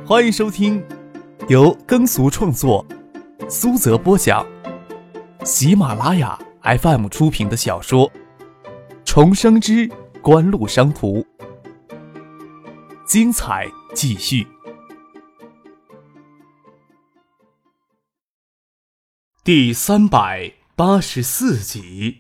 欢迎收听由耕俗创作、苏泽播讲、喜马拉雅 FM 出品的小说《重生之官路商途》，精彩继续。第384集。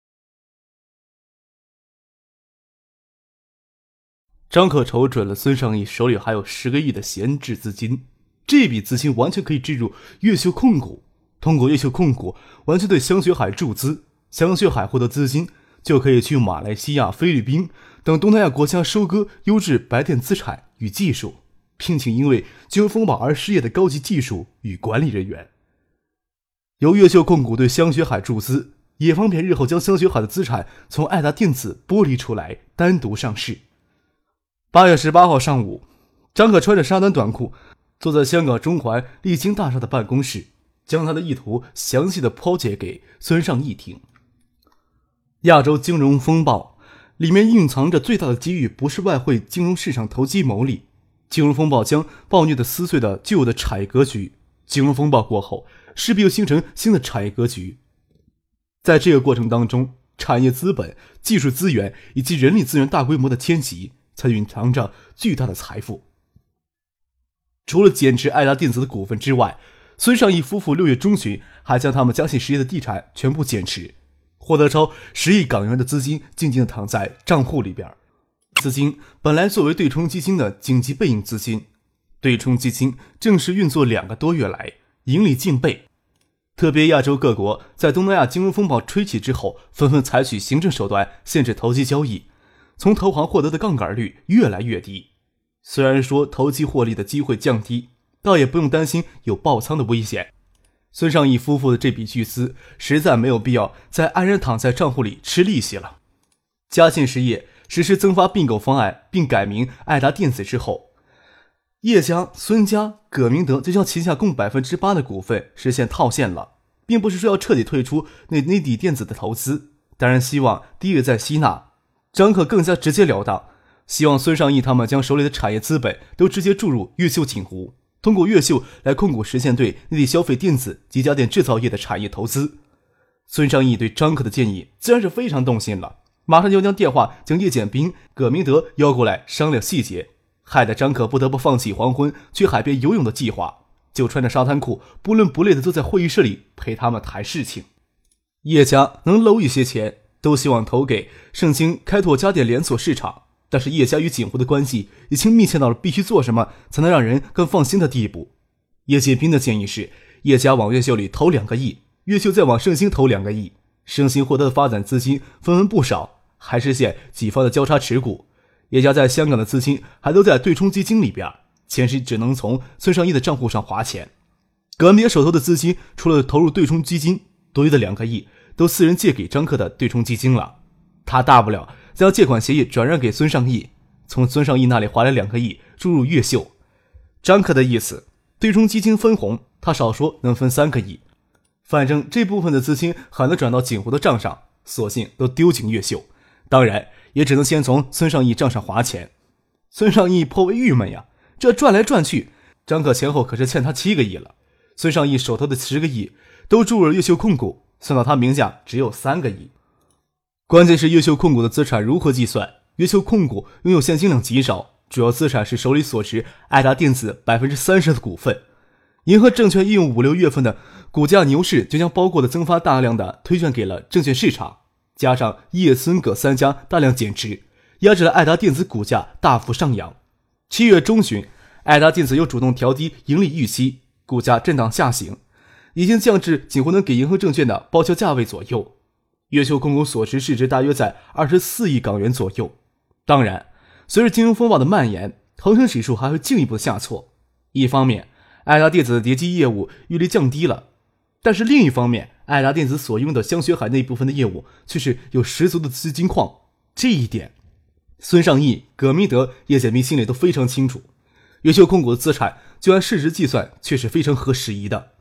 张可瞅准了孙尚义手里还有10个亿的闲置资金，这笔资金完全可以置入越秀控股，通过越秀控股完全对香雪海注资，香雪海获得资金就可以去马来西亚、菲律宾等东南亚国家收割优质白电资产与技术，聘请因为金融风暴而失业的高级技术与管理人员。由越秀控股对香雪海注资，也方便日后将香雪海的资产从爱达电子剥离出来单独上市。8月18号上午，张可穿着沙滩短裤坐在香港中环丽晶大厦的办公室，将他的意图详细的剖解给孙尚义听。亚洲金融风暴里面蕴藏着最大的机遇，不是外汇金融市场投机牟利，金融风暴将暴虐的撕碎了旧的产业格局，金融风暴过后势必又形成新的产业格局。在这个过程当中，产业资本、技术资源以及人力资源大规模的迁徙，才蕴藏着巨大的财富。除了减持爱达电子的股份之外，孙尚义夫妇6月中旬还将他们嘉信实业的地产全部减持，获得超10亿港元的资金静静地躺在账户里边。资金本来作为对冲基金的紧急备用资金，对冲基金正式运作2个多月来，盈利净倍。特别亚洲各国在东南亚金融风暴吹起之后，纷纷采取行政手段限制投机交易，从投行获得的杠杆率越来越低。虽然说投机获利的机会降低，倒也不用担心有爆仓的危险。孙尚义夫妇的这笔巨资实在没有必要再安然躺在账户里吃利息了。嘉信实业实施增发并购方案并改名爱达电子之后，叶家、孙家、葛明德就将旗下共 8% 的股份实现套现了，并不是说要彻底退出内地电子的投资，当然希望第一个再吸纳。张可更加直截了当，希望孙尚义他们将手里的产业资本都直接注入越秀锦湖，通过越秀来控股实现对内地消费电子及家电制造业的产业投资。孙尚义对张可的建议自然是非常动心了，马上就将电话将叶剑兵、葛明德邀过来商量细节，害得张可不得不放弃黄昏去海边游泳的计划，就穿着沙滩裤不伦不类的坐在会议室里陪他们谈事情。叶家能搂一些钱都希望投给盛兴开拓家电连锁市场，但是叶家与锦湖的关系已经密切到了必须做什么才能让人更放心的地步。叶剑兵的建议是，叶家往越秀里投2个亿，越秀再往盛兴投2个亿，盛兴获得的发展资金分文不少，还实现几方的交叉持股。叶家在香港的资金还都在对冲基金里边，钱是只能从孙尚义的账户上划钱。葛明德手头的资金除了投入对冲基金，多余的2个亿都私人借给张可的对冲基金了，他大不了将借款协议转让给孙尚义，从孙尚义那里划来2个亿注入越秀。张可的意思，对冲基金分红他少说能分3个亿，反正这部分的资金很难转到锦湖的账上，索性都丢进越秀，当然也只能先从孙尚义账上划钱。孙尚义颇为郁闷呀，这转来转去，张可前后可是欠他7个亿了，孙尚义手头的10个亿都注入了越秀控股，算到他名下只有3个亿。关键是越秀控股的资产如何计算？越秀控股拥有现金量极少，主要资产是手里所持爱达电子 30% 的股份。银河证券应用5-6月份的股价牛市就将包括的增发大量的推荐给了证券市场，加上叶孙葛3家大量减持，压制了爱达电子股价大幅上扬。7月中旬，爱达电子又主动调低盈利预期，股价震荡下行，已经降至几乎能给银河证券的报销价位左右。越秀控股所持市值大约在24亿港元左右。当然，随着金融风暴的蔓延，恒生指数还会进一步下挫。一方面，爱达电子的叠机业务预力降低了，但是另一方面，爱达电子所用的香雪海那部分的业务却是有十足的资金矿。这一点，孙尚义、葛明德、叶剑兵心里都非常清楚。越秀控股的资产就按市值计算，却是非常合时宜的。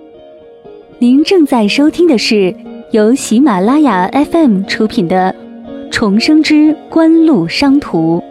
您正在收听的是由喜马拉雅 FM 出品的重生之官路商途。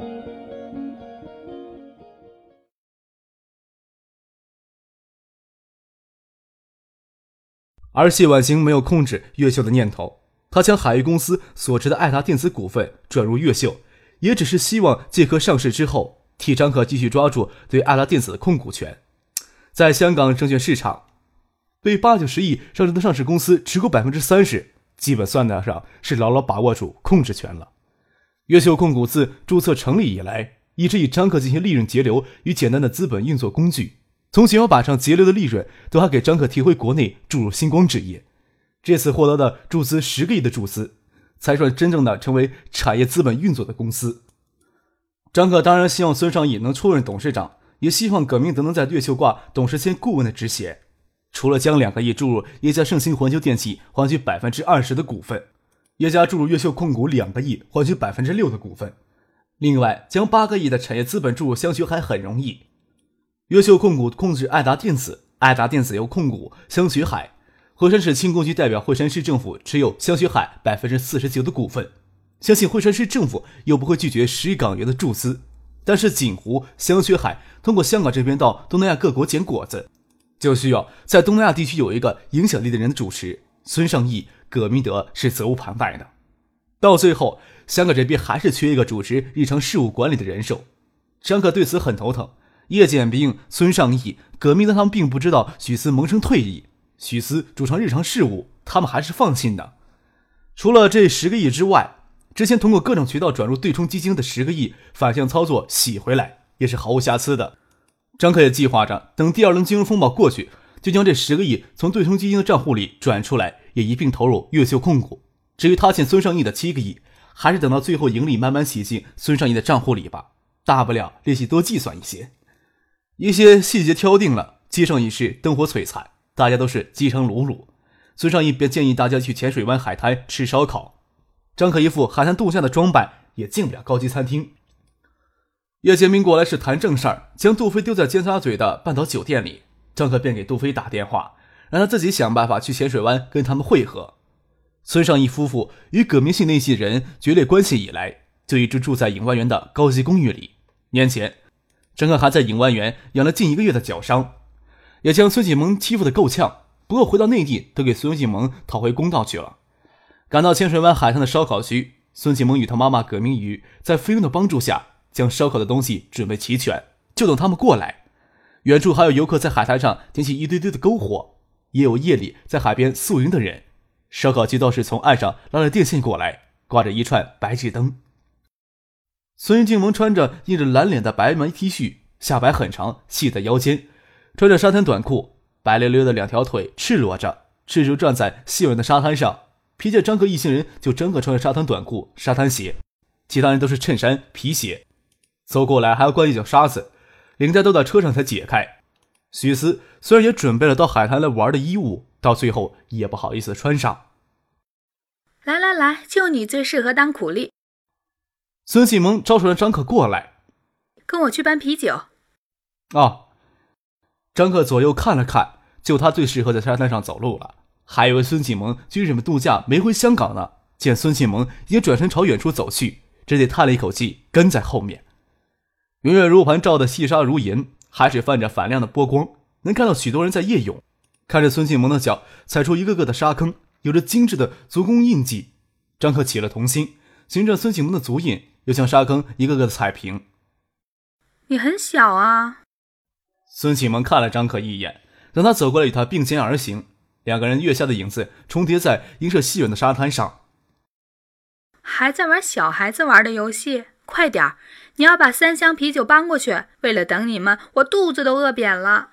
而谢婉行没有控制越秀的念头，他将海域公司所持的爱达电子股份转入越秀，也只是希望借壳上市之后，替张可继续抓住对爱达电子的控股权。在香港证券市场，被80-90亿上市的上市公司持股30%，基本算得上是牢牢把握住控制权了。越秀控股自注册成立以来，一直以张可进行利润节流与简单的资本运作工具，从舷板上节流的利润都还给张可提回国内注入星光纸业。这次获得的注资10个亿的注资，才算真正的成为产业资本运作的公司。张可当然希望孙尚义能出任董事长，也希望葛明德能在越秀挂董事兼顾问的职衔。除了将2个亿注入叶家盛兴环球电器换取20%的股份，叶家注入越秀控股2个亿换取6%的股份，另外将8个亿的产业资本注入香雪海很容易。越秀控股控制爱达电子，爱达电子又控股香雪海，惠山市轻工局代表惠山市政府持有香雪海49%的股份，相信惠山市政府又不会拒绝10亿港元的注资。但是锦湖、香雪海通过香港这边到东南亚各国捡果子，就需要在东南亚地区有一个影响力的人的主持，孙尚义、葛明德是责无旁贷的。到最后，香港这边还是缺一个主持日常事务管理的人手。张可对此很头疼。叶剑兵、孙尚义、葛明德他们并不知道许思萌生退役，许思主张日常事务，他们还是放心的。除了这10个亿之外，之前通过各种渠道转入对冲基金的10个亿反向操作洗回来，也是毫无瑕疵的。张可也计划着等第2轮金融风暴过去，就将这10个亿从对冲基金的账户里转出来，也一并投入越秀控股。至于他欠孙尚义的7个亿，还是等到最后盈利慢慢洗进孙尚义的账户里吧，大不了利息多计算一些。一些细节挑定了，街上已是灯火璀璨，大家都是饥肠辘辘。孙尚义便建议大家去浅水湾海滩吃烧烤。张可一副海滩度假的装扮，也进不了高级餐厅。叶剑明过来是谈正事儿，将杜飞丢在尖沙咀的半岛酒店里。张可便给杜飞打电话，让他自己想办法去浅水湾跟他们会合。孙尚义夫妇与葛明信那些人决裂关系以来，就一直住在影湾园的高级公寓里。年前张可还在影湾园养了近1个月的脚伤，也将孙启蒙欺负得够呛，不过回到内地都给孙启蒙讨回公道去了。赶到浅水湾海滩的烧烤区，孙启蒙与他妈妈葛明瑜在菲佣的帮助下将烧烤的东西准备齐全，就等他们过来。远处还有游客在海滩上点起一堆堆的篝火，也有夜里在海边宿营的人。烧烤机倒是从岸上拉了电线过来，挂着一串白炽灯。孙静萌穿着印着蓝脸的白棉 T 恤，下摆很长，系在腰间，穿着沙滩短裤，白溜溜的2条腿赤裸着，赤足站在细软的沙滩上。瞥见张可一行人，就张可穿着沙滩短裤、沙滩鞋，其他人都是衬衫、皮鞋。走过来还要灌一脚沙子，领带都到车上才解开。许思虽然也准备了到海滩来玩的衣物，到最后也不好意思穿上。 来来来，就你最适合当苦力。 孙启蒙招手让张可过来， 跟我去搬啤酒。 哦，张可左右看了看，就他最适合在沙滩上走路了，还以为孙启蒙去日本度假没回香港呢。见孙启蒙已经转身朝远处走去，只得叹了一口气，跟在后面。圆月如盘照得细沙如银，海水泛着反亮的波光，能看到许多人在夜泳。看着孙启蒙的脚踩出一个个的沙坑，有着精致的足弓印记。张可起了童心，循着孙启蒙的足印，又将沙坑一个个的踩平。 你很小啊。 孙启蒙看了张可一眼，等他走过来与他并肩而行，2个人月下的影子重叠在映射细软的沙滩上。 还在玩小孩子玩的游戏？快点，你要把3箱啤酒搬过去，为了等你们，我肚子都饿扁了。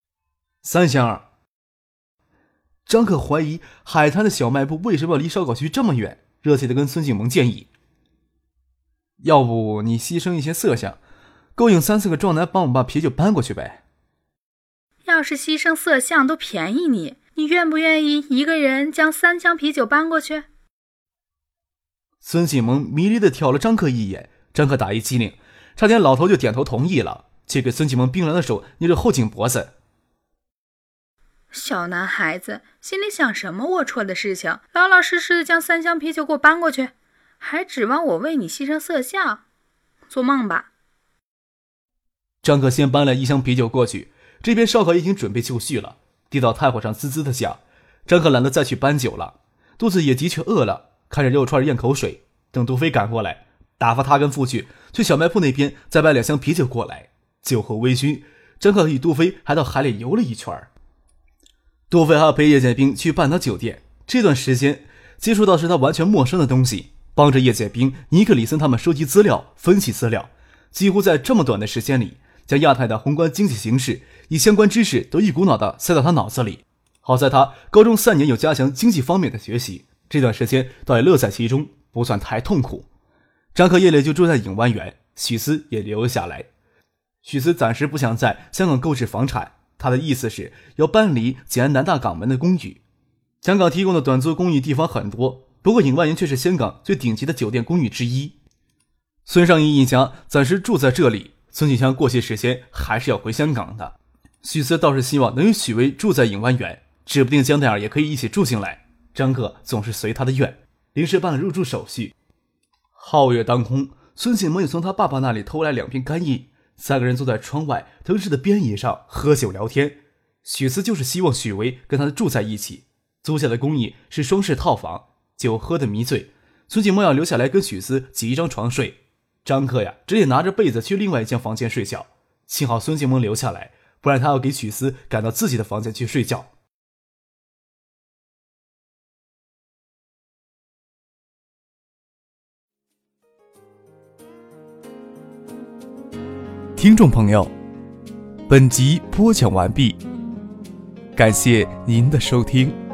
3箱啊！张可怀疑海滩的小卖部为什么要离烧烤区这么远，热切地跟孙启蒙建议，要不你牺牲一些色相，勾引3-4个壮男帮我们把啤酒搬过去呗。 要是牺牲色相都便宜你，你愿不愿意一个人将3箱啤酒搬过去？ 孙启蒙迷离地瞟了张可一眼，张可打一激灵，差点老头就点头同意了，却给孙启蒙冰凉的手捏着后颈脖子。 小男孩子心里想什么龌龊的事情，老老实实的将3箱啤酒给我搬过去。 还指望我为你牺牲色相？做梦吧！ 张可先搬了1箱啤酒过去，这边烧烤已经准备就绪了，递到炭火上滋滋的响。张可懒得再去搬酒了，肚子也的确饿了，看着肉串咽口水。等杜飞赶过来，打发他跟父去小卖铺那边再搬2箱啤酒过来。酒后微醺，张可与杜飞还到海里游了一圈。杜飞还要陪叶剑兵去半岛酒店，这段时间接触到是他完全陌生的东西，帮着叶剑兵、尼克里森他们收集资料、分析资料，几乎在这么短的时间里，将亚太的宏观经济形势以相关知识都一股脑的塞到他脑子里。好在他高中3年有加强经济方面的学习，这段时间倒也乐在其中，不算太痛苦。张可夜里就住在影湾园，许思也留了下来。许思暂时不想在香港购置房产，他的意思是要搬离简安南大港门的公寓。香港提供的短租公寓地方很多，不过影湾园却是香港最顶级的酒店公寓之一。孙尚义一家暂时住在这里，孙锦香过些时间还是要回香港的。许思倒是希望能与许巍住在影湾园，指不定江黛儿也可以一起住进来。张可总是随他的愿，临时办了入住手续。皓月当空，孙锦萌也从他爸爸那里偷来2瓶干邑，3个人坐在窗外腾式的边椅上喝酒聊天。许思就是希望许巍跟他住在一起，租下的公寓是双室套房，酒喝得迷醉，孙锦萌要留下来跟许思挤一张床睡。张可呀，直接拿着被子去另外一间房间睡觉。幸好孙锦萌留下来，不然他要给许思赶到自己的房间去睡觉。 听众朋友，本集播讲完毕，感谢您的收听。